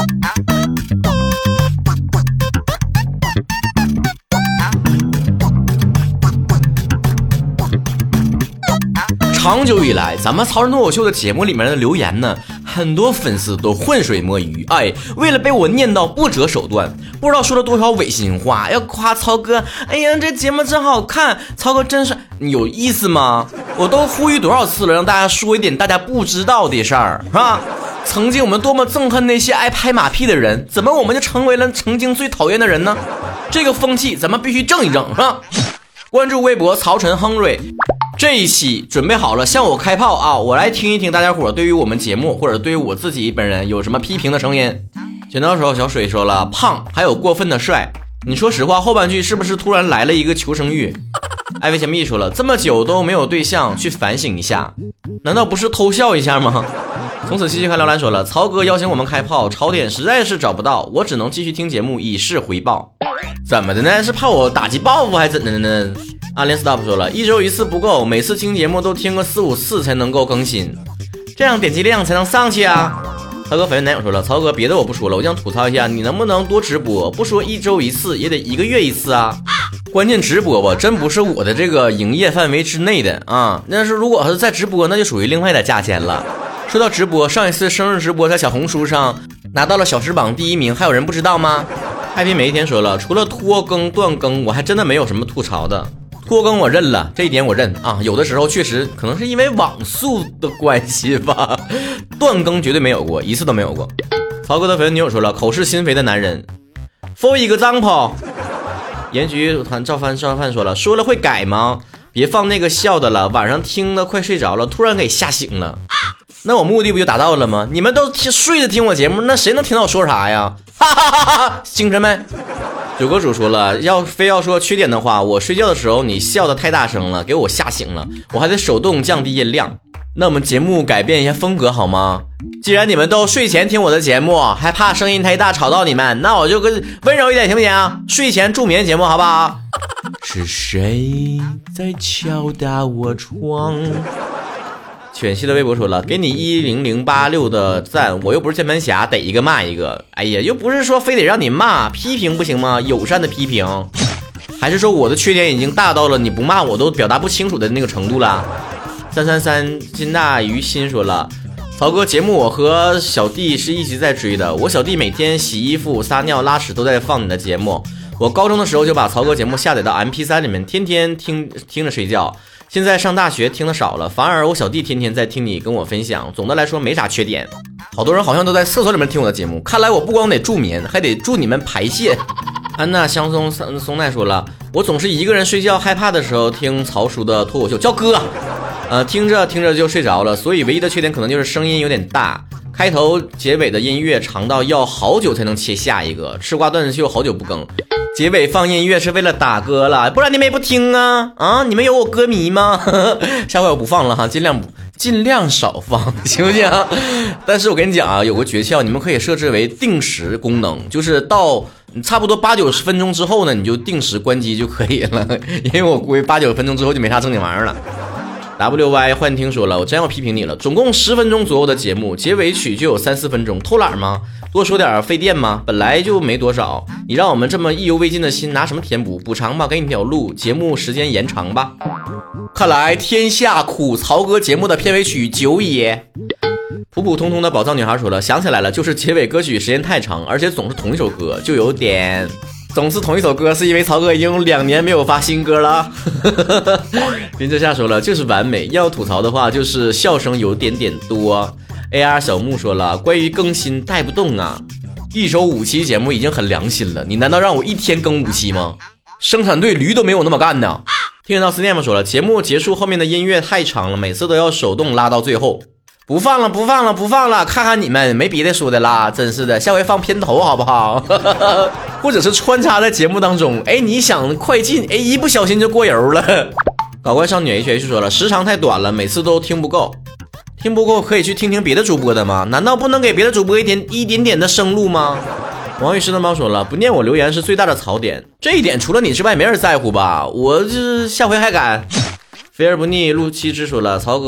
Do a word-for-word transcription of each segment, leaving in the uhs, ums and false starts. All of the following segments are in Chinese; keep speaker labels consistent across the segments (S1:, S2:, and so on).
S1: 长久以来，咱们曹仁脱口秀的节目里面的留言呢，很多粉丝都浑水摸鱼，哎，为了被我念到不择手段，不知道说了多少违心话，要夸曹哥，哎呀，这节目真好看，曹哥真是有意思吗？我都呼吁多少次了，让大家说一点大家不知道的事儿，是吧？曾经我们多么憎恨那些爱拍马屁的人，怎么我们就成为了曾经最讨厌的人呢？这个风气咱们必须正一正，是吧？关注微博曹晨亨瑞。这一期准备好了向我开炮啊！我来听一听大家伙对于我们节目或者对于我自己本人有什么批评的声音。剪刀手小水说了，胖还有过分的帅，你说实话后半句是不是突然来了一个求生欲？艾薇小蜜说了，这么久都没有对象，去反省一下，难道不是偷笑一下吗？从此细细看聊兰说了，曹哥邀请我们开炮，槽点实在是找不到，我只能继续听节目以示回报。怎么的呢？是怕我打击报复还是怎的呢？阿连 stop 说了，一周一次不够，每次听节目都听个四五次才能够更新，这样点击量才能上去啊。曹哥粉丝男友说了，曹哥别的我不说了，我想吐槽一下，你能不能多直播？不说一周一次也得一个月一次啊。关键直播吧，真不是我的这个营业范围之内的啊。但是如果是在直播，那就属于另外的价钱了。说到直播，上一次生日直播在小红书上拿到了小时榜第一名，还有人不知道吗？太平每一天说了，除了拖更断更，我还真的没有什么吐槽的。拖更我认了，这一点我认啊，有的时候确实可能是因为网速的关系吧，断更绝对没有过，一次都没有过。曹哥的粉丝女友说了，口是心非的男人 for 一个脏炮。盐局团赵帆赵帆说了，说了会改吗？别放那个笑的了，晚上听的快睡着了，突然给吓醒了，那我目的不就达到了吗？你们都睡着听我节目，那谁能听到我说啥呀？哈哈哈哈！精神没？九哥主说了，要非要说缺点的话，我睡觉的时候你笑得太大声了，给我吓醒了，我还得手动降低音量。那我们节目改变一下风格好吗？既然你们都睡前听我的节目，还怕声音太大吵到你们，那我就跟温柔一点行不行啊？睡前助眠节目好不好？是谁在敲打我窗？犬系的微博说了，给你一零零八六的赞，我又不是键盘侠，逮一个骂一个。哎呀，又不是说非得让你骂，批评不行吗？友善的批评，还是说我的缺点已经大到了你不骂我都表达不清楚的那个程度了？三三三金大于心说了，曹哥节目我和小弟是一直在追的，我小弟每天洗衣服撒尿拉屎都在放你的节目，我高中的时候就把曹哥节目下载到 M P 三 里面，天天听听着睡觉，现在上大学听的少了，反而我小弟天天在听你跟我分享，总的来说没啥缺点。好多人好像都在厕所里面听我的节目，看来我不光得助眠，还得助你们排泄。安娜香松松奈说了，我总是一个人睡觉害怕的时候听曹叔的脱口秀，叫哥，呃，听着听着就睡着了，所以唯一的缺点可能就是声音有点大，开头结尾的音乐长到要好久才能切下一个，吃瓜段子秀好久不更，结尾放音乐是为了打歌了，不然你们也不听啊啊！你们有我歌迷吗？下回我不放了哈，尽量尽量少放，行不行？但是我跟你讲啊，有个诀窍，你们可以设置为定时功能，就是到差不多八九十分钟之后呢，你就定时关机就可以了，因为我估计八九分钟之后就没啥正经玩意儿了。W Y 幻听说了，我真要批评你了，总共十分钟左右的节目，结尾曲就有三四分钟，偷懒吗？多说点费电吗？本来就没多少，你让我们这么意犹未尽的心拿什么填补？补偿吧，给你条路，节目时间延长吧。看来天下苦曹哥节目的片尾曲久也。普普通通的宝藏女孩说了，想起来了，就是结尾歌曲时间太长，而且总是同一首歌，就有点总是同一首歌，是因为曹哥已经有两年没有发新歌了。林志夏说了，就是完美，要吐槽的话就是笑声有点点多。A R 小木说了，关于更新带不动啊，一周五期节目已经很良心了，你难道让我一天更五期吗？生产队驴都没有那么干呢。听到思念们说了，节目结束后面的音乐太长了，每次都要手动拉到最后。不放了不放了不放了，看看你们没别的说的啦，真是的，下回放片头好不好？或者是穿插在节目当中，哎，你想快进，哎，一不小心就过油了。搞怪少女 H H 说了，时长太短了，每次都听不够，听不够可以去听听别的主播的吗？难道不能给别的主播一点一点点的生路吗？王玉石的猫说了，不念我留言是最大的槽点，这一点除了你之外没人在乎吧？我这下回还敢。肥而不腻陆七之说了，曹哥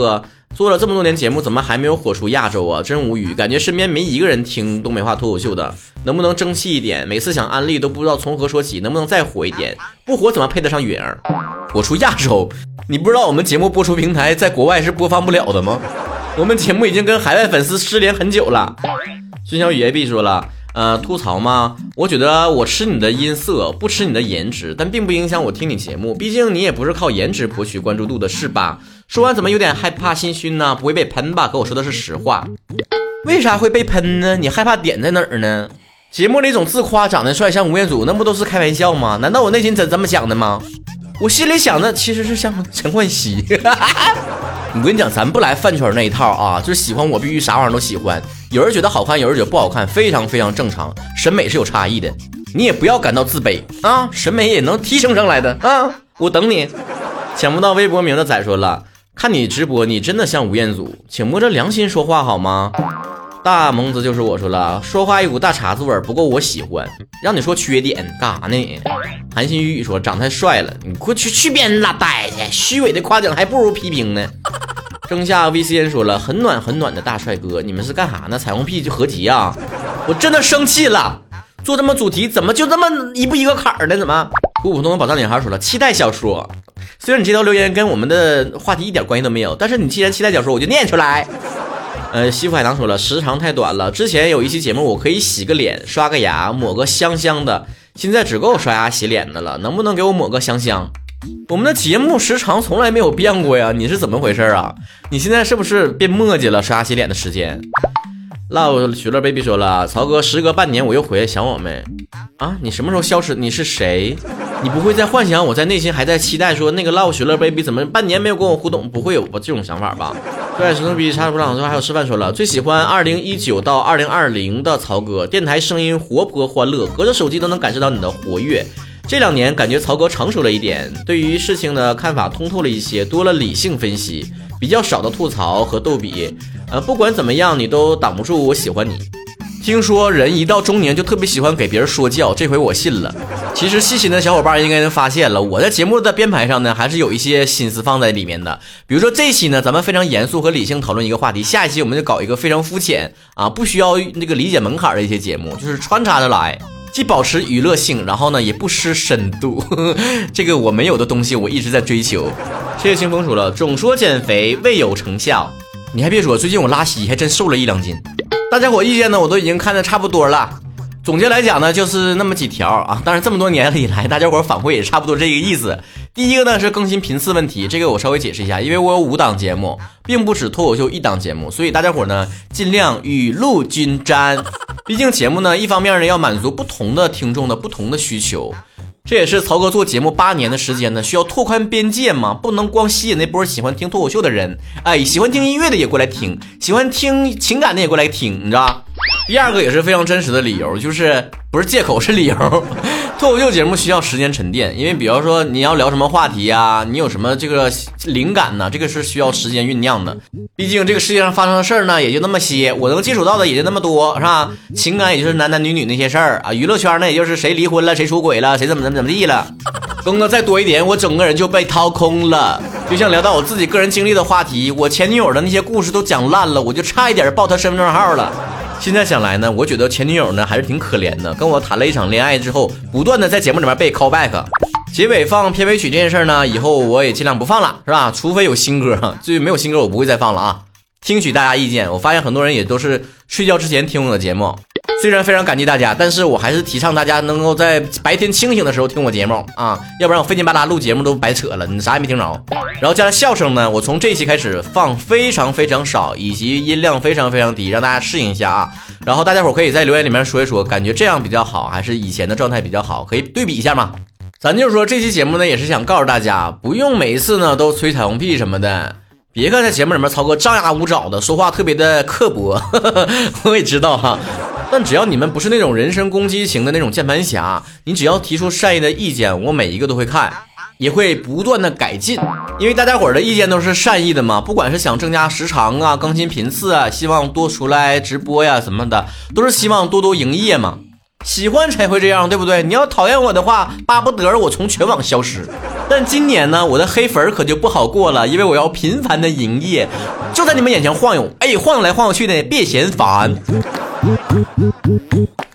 S1: 做了这么多年节目，怎么还没有火出亚洲啊？真无语，感觉身边没一个人听东北话脱口秀的，能不能争气一点？每次想安利都不知道从何说起，能不能再火一点？不火怎么配得上允儿？火出亚洲？你不知道我们节目播出平台在国外是播放不了的吗？我们节目已经跟海外粉丝失联很久了。孙小雨 A B 说了，呃，吐槽吗？我觉得我吃你的音色，不吃你的颜值，但并不影响我听你节目，毕竟你也不是靠颜值博取关注度的，是吧？说完怎么有点害怕心虚呢？不会被喷吧？可我说的是实话。为啥会被喷呢？你害怕点在哪儿呢？节目里总自夸长得帅像吴彦祖，那不都是开玩笑吗？难道我内心真这么想的吗？我心里想的其实是像陈冠希。我跟你讲，咱不来饭圈那一套啊，就是喜欢我必须啥玩意儿都喜欢，有人觉得好看，有人觉得不好看，非常非常正常，审美是有差异的，你也不要感到自卑啊，审美也能提升上来的啊，我等你。想不到微博名的仔说了，看你直播你真的像吴彦祖，请摸着良心说话好吗？大蒙子就是我说了，说话一股大碴子味儿，不过我喜欢。让你说缺点干啥呢？韩信玉宇说长太帅了，你快去去边拉呆去，虚伪的夸奖还不如批评呢。正夏 V C N 说了，很暖很暖的大帅哥，你们是干啥呢？彩虹屁就合集啊！我真的生气了，做这么主题怎么就这么一步一个坎儿呢？怎么？普普通通宝藏女孩说了，期待小说。虽然你这条留言跟我们的话题一点关系都没有，但是你既然期待小说，我就念出来。呃，西府海棠说了，时长太短了。之前有一期节目，我可以洗个脸、刷个牙、抹个香香的，现在只够刷牙洗脸的了。能不能给我抹个香香？我们的节目时长从来没有变过呀，你是怎么回事啊？你现在是不是变磨叽了？刷牙洗脸的时间。Love 许乐 baby 说了，曹哥时隔半年我又回来，想我们啊？你什么时候消失？你是谁？你不会在幻想我在内心还在期待说那个 Love 许乐 baby 怎么半年没有跟我互动？不会有我这种想法吧？对，石头比插部长说还有吃饭说了，最喜欢二零一九到二零二零的曹哥，电台声音活泼欢乐，隔着手机都能感受到你的活跃。这两年感觉曹哥成熟了一点，对于事情的看法通透了一些，多了理性分析，比较少的吐槽和逗比。呃，不管怎么样，你都挡不住我喜欢你。听说人一到中年就特别喜欢给别人说教，这回我信了。其实细心的小伙伴应该能发现了，我在节目的编排上呢，还是有一些心思放在里面的。比如说这期呢，咱们非常严肃和理性讨论一个话题，下一期我们就搞一个非常肤浅啊，不需要那个理解门槛的一些节目，就是穿插着来。既保持娱乐性，然后呢也不失深度，这个我没有的东西我一直在追求。谢谢清风说了，总说减肥未有成效，你还别说，最近我拉稀还真瘦了一两斤。大家伙意见呢我都已经看得差不多了，总结来讲呢就是那么几条啊，当然这么多年以来大家伙反馈也差不多这个意思。第一个呢是更新频次问题，这个我稍微解释一下，因为我有五档节目，并不止脱口秀一档节目，所以大家伙呢尽量雨露均沾。毕竟节目呢一方面呢要满足不同的听众的不同的需求，这也是曹哥做节目八年的时间呢，需要拓宽边界嘛，不能光吸引那波喜欢听脱口秀的人，哎，喜欢听音乐的也过来听，喜欢听情感的也过来听，你知道。第二个也是非常真实的理由，就是不是借口是理由。脱口秀节目需要时间沉淀，因为比方说你要聊什么话题啊，你有什么这个灵感呢，这个是需要时间酝酿的。毕竟这个世界上发生的事儿呢也就那么些，我能接触到的也就那么多，是吧？情感也就是男男女女那些事儿啊，娱乐圈呢也就是谁离婚了，谁出轨了，谁怎么怎么怎么地了。更的再多一点，我整个人就被掏空了。就像聊到我自己个人经历的话题，我前女友的那些故事都讲烂了，我就差一点报她身份证号了。现在想来呢，我觉得前女友呢还是挺可怜的，跟我谈了一场恋爱之后，不断的在节目里面被 call back。结尾放片尾曲这件事呢，以后我也尽量不放了，是吧？除非有新歌，至于没有新歌我不会再放了啊。听取大家意见，我发现很多人也都是睡觉之前听我的节目，虽然非常感激大家，但是我还是提倡大家能够在白天清醒的时候听我节目啊，要不然我费劲巴拉录节目都白扯了，你啥也没听着。然后加上笑声呢，我从这一期开始放非常非常少，以及音量非常非常低，让大家适应一下啊。然后大家伙可以在留言里面说一说，感觉这样比较好，还是以前的状态比较好，可以对比一下嘛。咱就是说这期节目呢，也是想告诉大家，不用每一次呢都吹彩虹屁什么的。别看在节目里面曹哥张牙舞爪的说话特别的刻薄，呵呵，我也知道哈，但只要你们不是那种人身攻击型的那种键盘侠，你只要提出善意的意见，我每一个都会看，也会不断的改进。因为大家伙的意见都是善意的嘛，不管是想增加时长啊、更新频次啊，希望多出来直播呀什么的，都是希望多多营业嘛。 喜欢才会这样，对不对？你要讨厌我的话，巴不得我从全网消失。但今年呢，我的黑粉可就不好过了，因为我要频繁的营业，就在你们眼前晃悠，哎，晃悠来晃悠去的，别嫌烦。